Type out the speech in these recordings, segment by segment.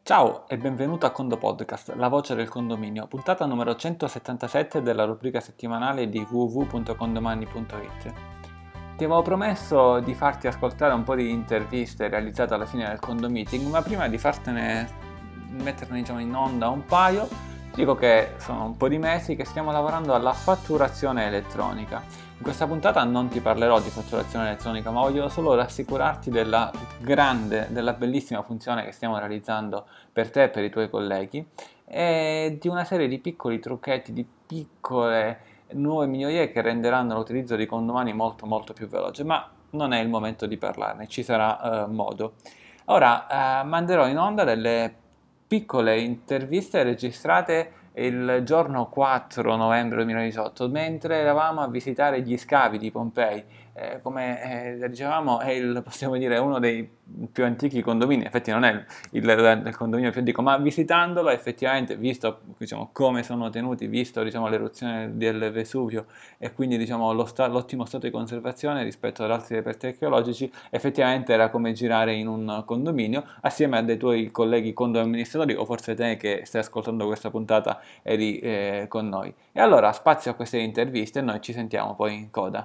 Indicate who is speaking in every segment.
Speaker 1: Ciao e benvenuto a Condo Podcast, la voce del condominio, puntata numero 177 della rubrica settimanale di www.condomani.it. Ti avevo promesso di farti ascoltare un po' di interviste realizzate alla fine del Condo Meeting, ma prima di metterne in onda un paio, dico che sono un po' di mesi che stiamo lavorando alla fatturazione elettronica. In questa puntata non ti parlerò di fatturazione elettronica, ma voglio solo rassicurarti della bellissima funzione che stiamo realizzando per te e per i tuoi colleghi e di una serie di piccoli trucchetti, di piccole nuove migliorie che renderanno l'utilizzo di condomani molto molto più veloce, ma non è il momento di parlarne, ci sarà modo. Ora manderò in onda delle piccole interviste registrate il giorno 4 novembre 2018, mentre eravamo a visitare gli scavi di Pompei. Come dicevamo, possiamo dire, uno dei più antichi condomini. Infatti non è il condominio più antico, ma visitandolo effettivamente, visto diciamo, come sono tenuti, visto diciamo, l'eruzione del Vesuvio e quindi diciamo, l'ottimo stato di conservazione rispetto ad altri reperti archeologici, effettivamente era come girare in un condominio assieme a dei tuoi colleghi condo amministratori, o forse te che stai ascoltando questa puntata eri con noi. E allora spazio a queste interviste e noi ci sentiamo poi in coda.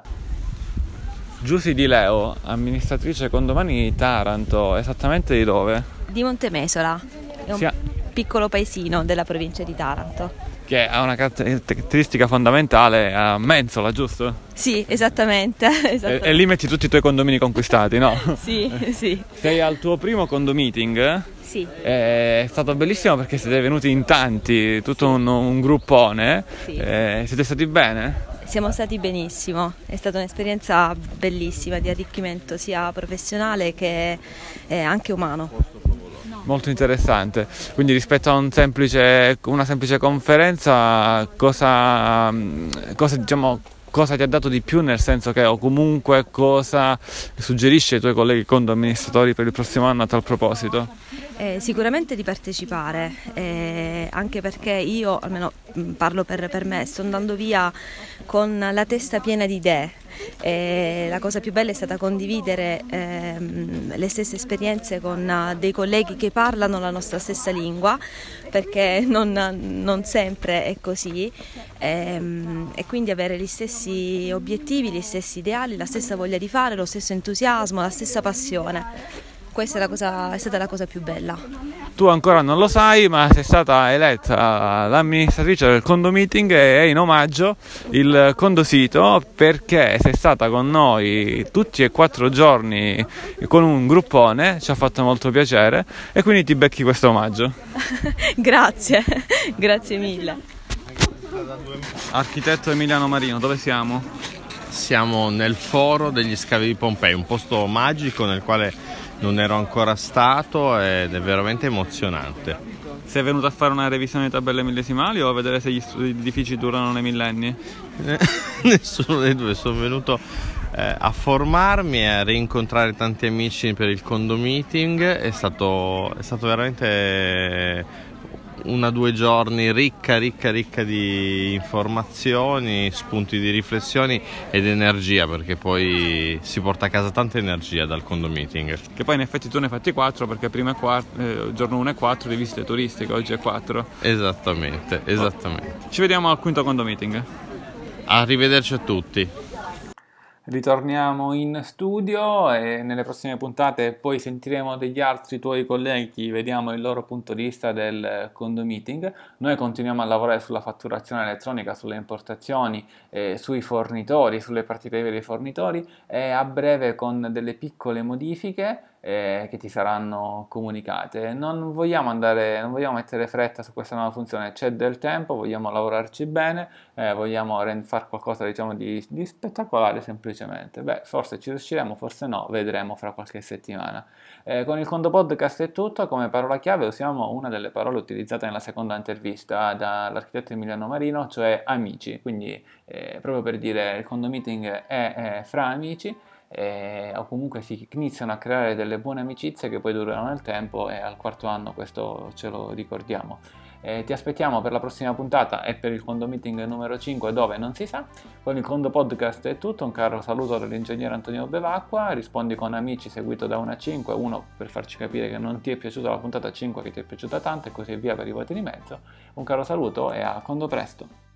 Speaker 1: Giusy Di Leo, amministratrice condomani di Taranto, esattamente di dove?
Speaker 2: Di Montemesola, è un piccolo paesino della provincia di Taranto.
Speaker 1: Che ha una caratteristica fondamentale, a mensola, giusto?
Speaker 2: Sì, esattamente.
Speaker 1: E lì metti tutti i tuoi condomini conquistati, no?
Speaker 2: Sì, sì.
Speaker 1: Sei al tuo primo condomeeting?
Speaker 2: Sì.
Speaker 1: È stato bellissimo perché siete venuti in tanti, tutto un gruppone.
Speaker 2: Sì.
Speaker 1: Siete stati bene?
Speaker 2: Siamo stati benissimo, è stata un'esperienza bellissima di arricchimento sia professionale che anche umano.
Speaker 1: Molto interessante. Quindi rispetto a una semplice conferenza, cosa ti ha dato di più, nel senso che, o comunque cosa suggerisci ai tuoi colleghi condo amministratori per il prossimo anno a tal proposito?
Speaker 2: Sicuramente di partecipare, anche perché io, almeno parlo per me, sto andando via con la testa piena di idee. La cosa più bella è stata condividere le stesse esperienze con dei colleghi che parlano la nostra stessa lingua, perché non sempre è così, e quindi avere gli stessi obiettivi, gli stessi ideali, la stessa voglia di fare, lo stesso entusiasmo, la stessa passione. Questa è stata la cosa più bella.
Speaker 1: Tu ancora non lo sai, ma sei stata eletta l'amministratrice del Condo Meeting e è in omaggio il Condosito, perché sei stata con noi tutti e 4 giorni con un gruppone, ci ha fatto molto piacere e quindi ti becchi questo omaggio.
Speaker 2: Grazie, grazie mille.
Speaker 1: Architetto Emiliano Marino, dove siamo?
Speaker 3: Siamo nel foro degli scavi di Pompei, un posto magico nel quale non ero ancora stato ed è veramente emozionante.
Speaker 1: Sei venuto a fare una revisione di tabelle millesimali o a vedere se gli edifici durano nei millenni?
Speaker 3: Nessuno dei due, sono venuto a formarmi e a rincontrare tanti amici per il Condo Meeting. È stato veramente 1 o 2 giorni ricca di informazioni, spunti di riflessioni ed energia, perché poi si porta a casa tanta energia dal Condo Meeting.
Speaker 1: Che poi in effetti tu ne hai fatti 4, perché prima giorno 1 e 4 di visite turistiche, oggi è 4.
Speaker 3: Esattamente.
Speaker 1: Ci vediamo al quinto Condo Meeting.
Speaker 3: Arrivederci a tutti.
Speaker 1: Ritorniamo in studio e nelle prossime puntate poi sentiremo degli altri tuoi colleghi, vediamo il loro punto di vista del Condo Meeting. Noi continuiamo a lavorare sulla fatturazione elettronica, sulle importazioni, sui fornitori, sulle partite IVA dei fornitori e a breve con delle piccole modifiche che ti saranno comunicate. Non vogliamo mettere fretta su questa nuova funzione, c'è del tempo, vogliamo lavorarci bene, vogliamo fare qualcosa diciamo di spettacolare semplicemente. Beh, forse ci riusciremo, forse no, vedremo fra qualche settimana. Con il Condo Podcast è tutto, come parola chiave usiamo una delle parole utilizzate nella seconda intervista dall'architetto Emiliano Marino, cioè amici, quindi proprio per dire il Condo Meeting è fra amici. o comunque si iniziano a creare delle buone amicizie che poi durano nel tempo, e al quarto anno questo ce lo ricordiamo. Ti aspettiamo per la prossima puntata e per il Condo Meeting numero 5, dove non si sa. Con il Condo Podcast è tutto, un caro saluto dall'ingegnere Antonio Bevacqua. Rispondi con amici seguito da 1 a 5, 1 per farci capire che non ti è piaciuta la puntata, 5 che ti è piaciuta tanto, e così via per i voti di mezzo. Un caro saluto e a Condo presto.